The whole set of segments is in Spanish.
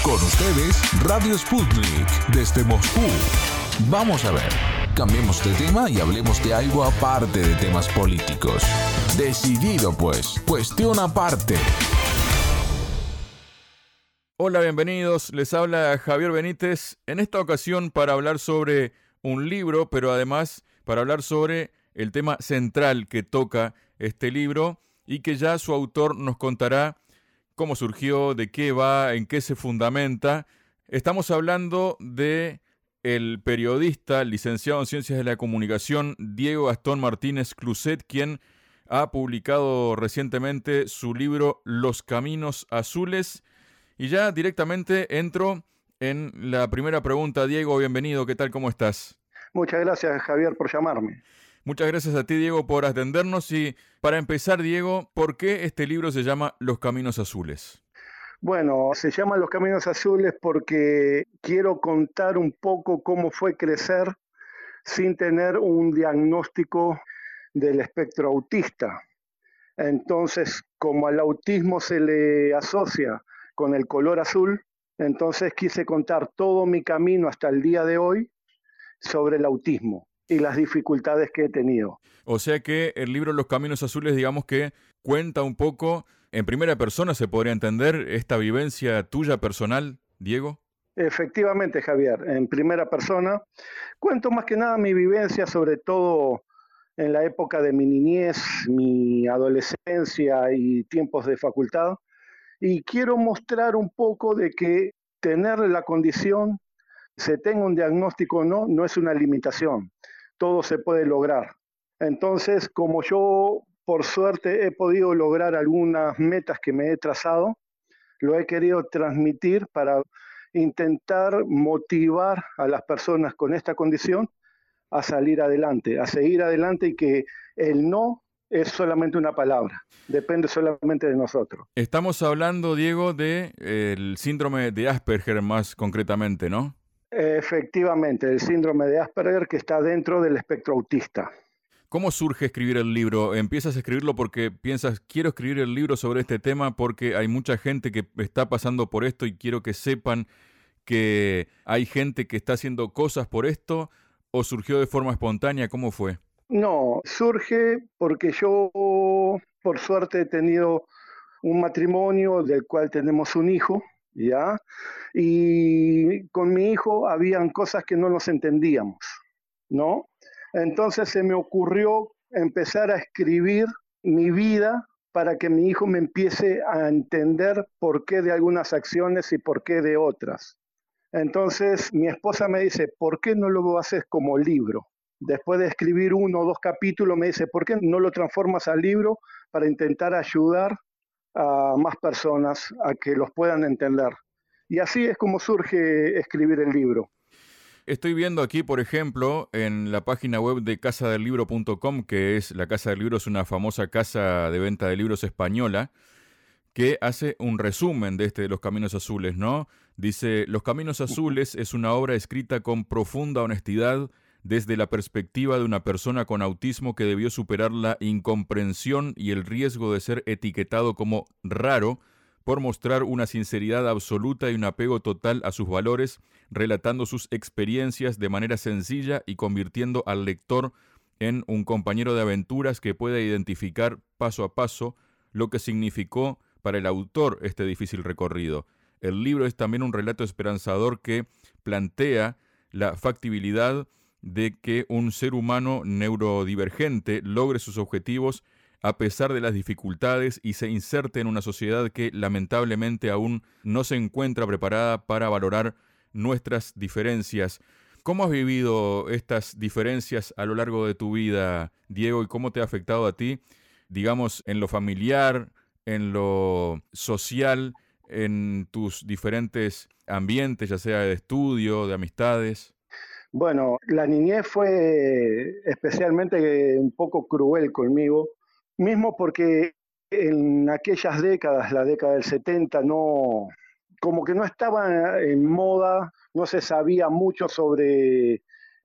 Con ustedes, Radio Sputnik, desde Moscú. Vamos a ver, cambiemos de tema y hablemos de algo aparte de temas políticos. Decidido pues, cuestión aparte. Hola, bienvenidos. Les habla Javier Benítez. En esta ocasión para hablar sobre un libro, pero además para hablar sobre el tema central que toca este libro y que ya su autor nos contará cómo surgió, de qué va, en qué se fundamenta. Estamos hablando de el periodista, licenciado en Ciencias de la Comunicación, Diego Gastón Martínez Cluset, quien ha publicado recientemente su libro Los Caminos Azules. Y ya directamente entro en la primera pregunta. Diego, bienvenido. ¿Qué tal? ¿Cómo estás? Muchas gracias, Javier, por llamarme. Muchas gracias a ti, Diego, por atendernos. Y para empezar, Diego, ¿por qué este libro se llama Los Caminos Azules? Bueno, se llama Los Caminos Azules porque quiero contar un poco cómo fue crecer sin tener un diagnóstico del espectro autista. Entonces, como al autismo se le asocia con el color azul, entonces quise contar todo mi camino hasta el día de hoy sobre el autismo y las dificultades que he tenido. O sea que el libro Los Caminos Azules, digamos que cuenta un poco, en primera persona se podría entender, esta vivencia tuya personal, Diego. Efectivamente, Javier, en primera persona. Cuento más que nada mi vivencia, sobre todo en la época de mi niñez, mi adolescencia y tiempos de facultad. Y quiero mostrar un poco de que tener la condición, se tenga un diagnóstico o no, no es una limitación. Todo se puede lograr. Entonces, como yo, por suerte, he podido lograr algunas metas que me he trazado, lo he querido transmitir para intentar motivar a las personas con esta condición a salir adelante, a seguir adelante y que el no es solamente una palabra, depende solamente de nosotros. Estamos hablando, Diego, del síndrome de Asperger más concretamente, ¿no? Efectivamente, el síndrome de Asperger que está dentro del espectro autista. ¿Cómo surge escribir el libro? ¿Empiezas a escribirlo porque piensas, quiero escribir el libro sobre este tema porque hay mucha gente que está pasando por esto y quiero que sepan que hay gente que está haciendo cosas por esto? ¿O surgió de forma espontánea? ¿Cómo fue? No, surge porque yo, por suerte, he tenido un matrimonio del cual tenemos un hijo, ¿ya? Y con mi hijo habían cosas que no nos entendíamos, ¿no? Entonces se me ocurrió empezar a escribir mi vida para que mi hijo me empiece a entender por qué de algunas acciones y por qué de otras. Entonces mi esposa me dice, ¿por qué no lo haces como libro? Después de escribir 1 o 2 capítulos me dice, ¿por qué no lo transformas al libro para intentar ayudar a más personas a que los puedan entender? Y así es como surge escribir el libro. Estoy viendo aquí, por ejemplo, en la página web de casadelibro.com, que es la Casa del Libro, es una famosa casa de venta de libros española, que hace un resumen de Los Caminos Azules, ¿no? Dice, Los Caminos Azules es una obra escrita con profunda honestidad desde la perspectiva de una persona con autismo que debió superar la incomprensión y el riesgo de ser etiquetado como raro por mostrar una sinceridad absoluta y un apego total a sus valores, relatando sus experiencias de manera sencilla y convirtiendo al lector en un compañero de aventuras que pueda identificar paso a paso lo que significó para el autor este difícil recorrido. El libro es también un relato esperanzador que plantea la factibilidad de que un ser humano neurodivergente logre sus objetivos a pesar de las dificultades y se inserte en una sociedad que lamentablemente aún no se encuentra preparada para valorar nuestras diferencias. ¿Cómo has vivido estas diferencias a lo largo de tu vida, Diego, y cómo te ha afectado a ti, digamos, en lo familiar, en lo social, en tus diferentes ambientes, ya sea de estudio, de amistades? Bueno, la niñez fue especialmente un poco cruel conmigo, mismo porque en aquellas décadas, la década del 70, no, como que no estaba en moda, no se sabía mucho sobre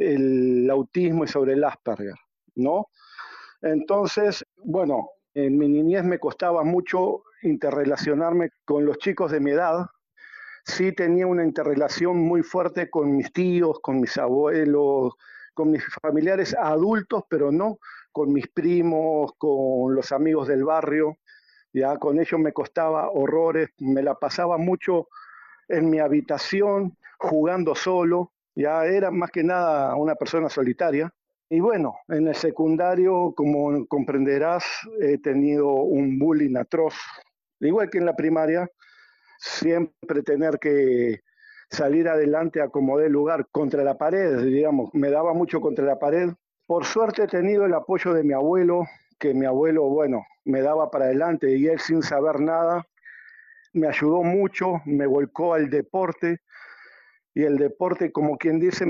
el autismo y sobre el Asperger, ¿no? Entonces, bueno, en mi niñez me costaba mucho interrelacionarme con los chicos de mi edad. sí tenía una interrelación muy fuerte con mis tíos, con mis abuelos, con mis familiares adultos, pero no con mis primos, con los amigos del barrio. Ya con ellos me costaba horrores, me la pasaba mucho en mi habitación, jugando solo, ya era más que nada una persona solitaria. Y bueno, en el secundario, como comprenderás, he tenido un bullying atroz, igual que en la primaria, siempre tener que salir adelante a como dé lugar contra la pared, digamos, me daba mucho contra la pared. Por suerte he tenido el apoyo de mi abuelo, que mi abuelo, bueno, me daba para adelante y él sin saber nada me ayudó mucho, me volcó al deporte y el deporte, como quien dice,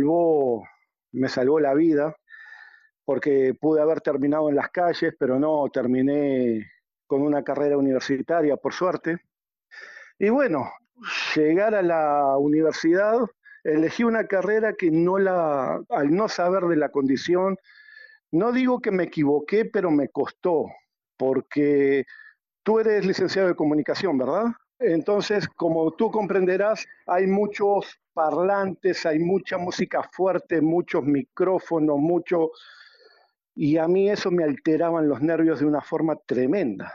me salvó la vida, porque pude haber terminado en las calles, pero no, terminé con una carrera universitaria, por suerte. Y bueno, llegar a la universidad, elegí una carrera que al no saber de la condición, no digo que me equivoqué, pero me costó, porque tú eres licenciado de comunicación, ¿verdad? Entonces, como tú comprenderás, hay muchos parlantes, hay mucha música fuerte, muchos micrófonos, y a mí eso me alteraban los nervios de una forma tremenda.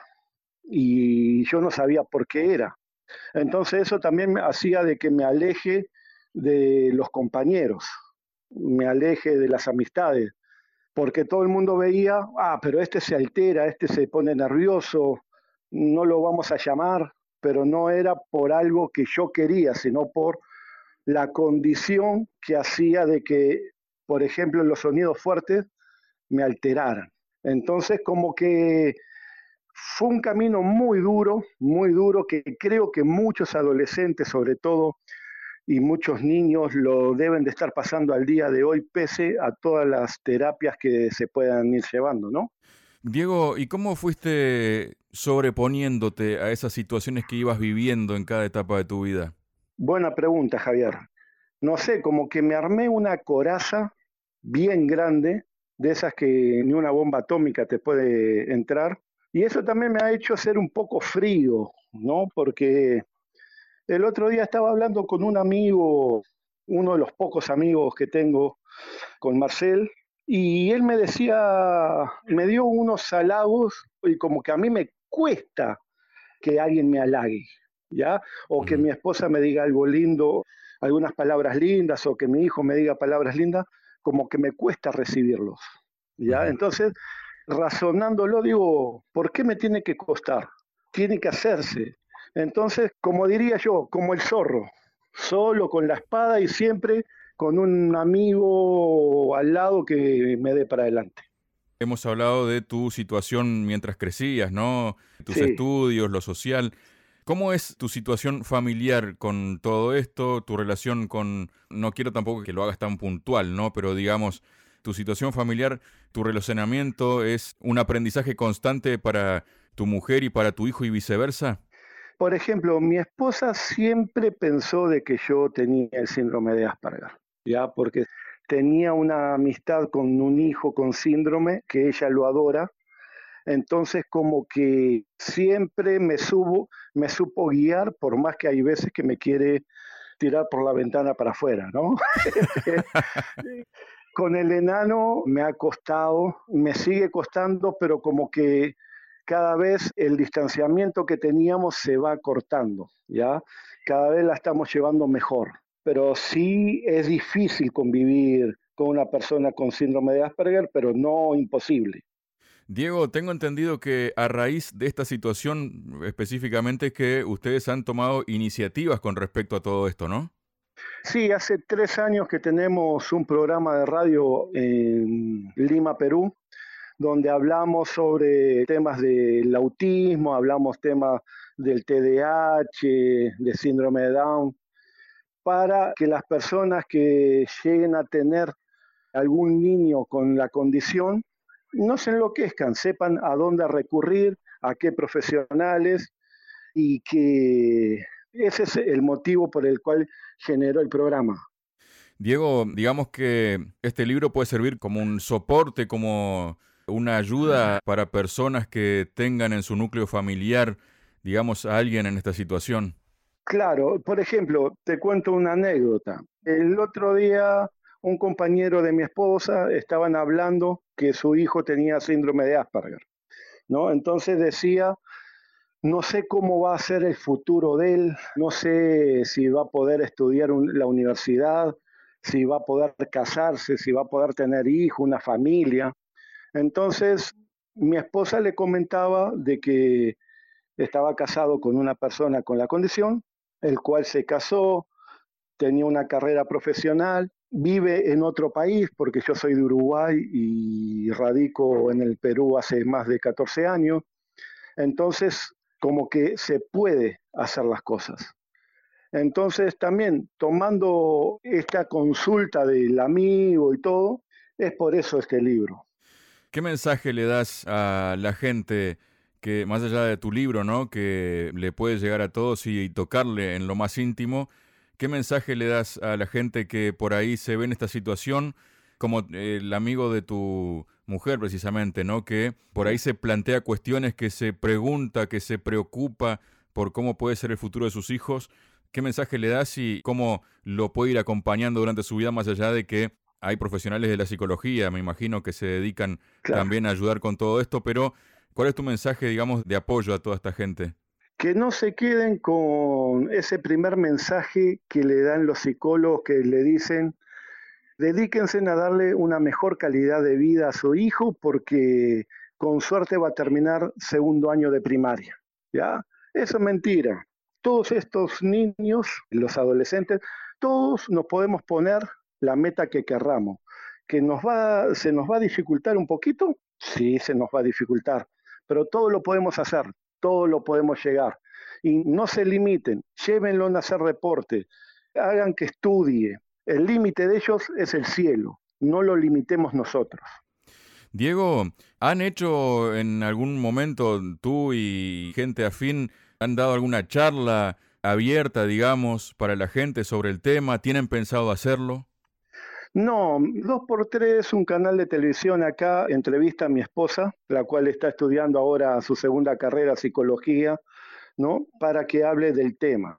Y yo no sabía por qué era. Entonces eso también me hacía de que me aleje de los compañeros, me aleje de las amistades, porque todo el mundo veía, pero este se altera, este se pone nervioso, no lo vamos a llamar, pero no era por algo que yo quería, sino por la condición que hacía de que, por ejemplo, los sonidos fuertes me alteraran. Entonces, como que fue un camino muy duro, que creo que muchos adolescentes, sobre todo, y muchos niños lo deben de estar pasando al día de hoy, pese a todas las terapias que se puedan ir llevando, ¿no? Diego, ¿y cómo fuiste sobreponiéndote a esas situaciones que ibas viviendo en cada etapa de tu vida? Buena pregunta, Javier. No sé, como que me armé una coraza bien grande, de esas que ni una bomba atómica te puede entrar, y eso también me ha hecho ser un poco frío, ¿no? Porque el otro día estaba hablando con un amigo, uno de los pocos amigos que tengo, con Marcel, y él me decía, me dio unos halagos, y como que a mí me cuesta que alguien me halague, ¿ya? O que Ujú. mi esposa me diga algo lindo, algunas palabras lindas, o que mi hijo me diga palabras lindas, como que me cuesta recibirlos, ¿ya? Ujú. Entonces, razonándolo, digo, ¿por qué me tiene que costar? Tiene que hacerse. Entonces, como diría yo, como el zorro, solo con la espada y siempre con un amigo al lado que me dé para adelante. Hemos hablado de tu situación mientras crecías, ¿no? Tus Sí, estudios, lo social. ¿Cómo es tu situación familiar con todo esto? Tu relación con... No quiero tampoco que lo hagas tan puntual, ¿no? Pero digamos, tu situación familiar, tu relacionamiento es un aprendizaje constante para tu mujer y para tu hijo y viceversa. por ejemplo, mi esposa siempre pensó de que yo tenía el síndrome de Asperger, ¿ya? Porque tenía una amistad con un hijo con síndrome que ella lo adora, entonces como que siempre me supo guiar, por más que hay veces que me quiere tirar por la ventana para afuera, ¿no? Con el enano me ha costado, me sigue costando, pero como que cada vez el distanciamiento que teníamos se va cortando, ¿ya? Cada vez la estamos llevando mejor. Pero sí es difícil convivir con una persona con síndrome de Asperger, pero no imposible. Diego, tengo entendido que a raíz de esta situación específicamente que ustedes han tomado iniciativas con respecto a todo esto, ¿no? Sí, hace 3 años que tenemos un programa de radio en Lima, Perú, donde hablamos sobre temas del autismo, hablamos temas del TDAH, de síndrome de Down, para que las personas que lleguen a tener algún niño con la condición no se enloquezcan, sepan a dónde recurrir, a qué profesionales, y que ese es el motivo por el cual generó el programa. Diego, digamos que este libro puede servir como un soporte, como una ayuda para personas que tengan en su núcleo familiar, digamos, a alguien en esta situación. Claro, por ejemplo, te cuento una anécdota. El otro día un compañero de mi esposa estaban hablando que su hijo tenía síndrome de Asperger, ¿no? Entonces decía, no sé cómo va a ser el futuro de él, no sé si va a poder estudiar la universidad, si va a poder casarse, si va a poder tener hijos, una familia. Entonces, mi esposa le comentaba de que estaba casado con una persona con la condición, el cual se casó, tenía una carrera profesional, vive en otro país, porque yo soy de Uruguay y radico en el Perú hace más de 14 años, entonces como que se puede hacer las cosas. Entonces también tomando esta consulta del amigo y todo, es por eso este libro. ¿Qué mensaje le das a la gente que, más allá de tu libro, ¿no? Que le puede llegar a todos y tocarle en lo más íntimo? ¿Qué mensaje le das a la gente que por ahí se ve en esta situación, como el amigo de tu mujer precisamente, ¿no? Que por ahí se plantea cuestiones, que se pregunta, que se preocupa por cómo puede ser el futuro de sus hijos? ¿Qué mensaje le das y cómo lo puede ir acompañando durante su vida, más allá de que hay profesionales de la psicología, me imagino, que se dedican Claro, también a ayudar con todo esto, pero ¿cuál es tu mensaje, digamos, de apoyo a toda esta gente? que no se queden con ese primer mensaje que le dan los psicólogos que le dicen, dedíquense a darle una mejor calidad de vida a su hijo porque con suerte va a terminar segundo año de primaria. ¿Ya? Eso es mentira. Todos estos niños, los adolescentes, todos nos podemos poner la meta que querramos. ¿Que se nos va a dificultar un poquito? Sí, se nos va a dificultar, pero todo lo podemos hacer, todo lo podemos llegar. Y no se limiten, llévenlo a hacer reporte, hagan que estudie, el límite de ellos es el cielo, no lo limitemos nosotros. Diego, ¿han hecho en algún momento tú y gente afín, han dado alguna charla abierta, digamos, para la gente sobre el tema? ¿Tienen pensado hacerlo? No, dos por tres, un canal de televisión acá entrevista a mi esposa, la cual está estudiando ahora su segunda carrera, psicología, ¿no? Para que hable del tema.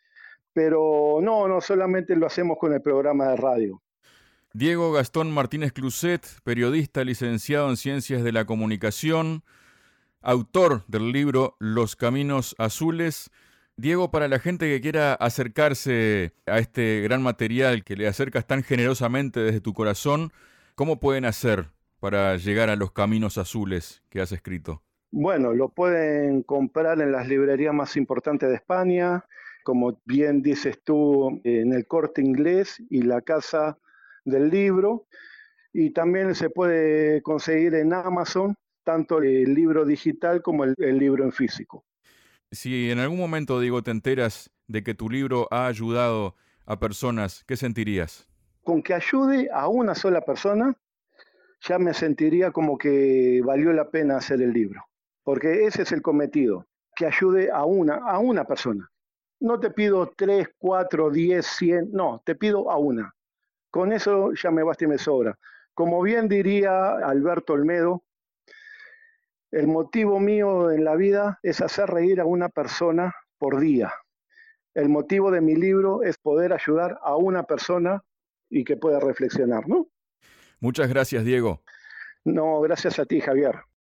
Pero no, no solamente lo hacemos con el programa de radio. Diego Gastón Martínez Cluset, periodista licenciado en Ciencias de la Comunicación, autor del libro Los Caminos Azules. Diego, para la gente que quiera acercarse a este gran material que le acercas tan generosamente desde tu corazón, ¿cómo pueden hacer para llegar a los caminos azules que has escrito? Bueno, lo pueden comprar en las librerías más importantes de España, como bien dices tú, en el Corte Inglés y la Casa del Libro. Y también se puede conseguir en Amazon tanto el libro digital como el libro en físico. Si en algún momento, Diego, te enteras de que tu libro ha ayudado a personas, ¿qué sentirías? Con que ayude a una sola persona, ya me sentiría como que valió la pena hacer el libro, porque ese es el cometido, que ayude a una persona. No te pido 3, 4, 10, 100, no, te pido a una. Con eso ya me basta y me sobra. Como bien diría Alberto Olmedo, el motivo mío en la vida es hacer reír a una persona por día. El motivo de mi libro es poder ayudar a una persona y que pueda reflexionar, ¿no? Muchas gracias, Diego. No, gracias a ti, Javier.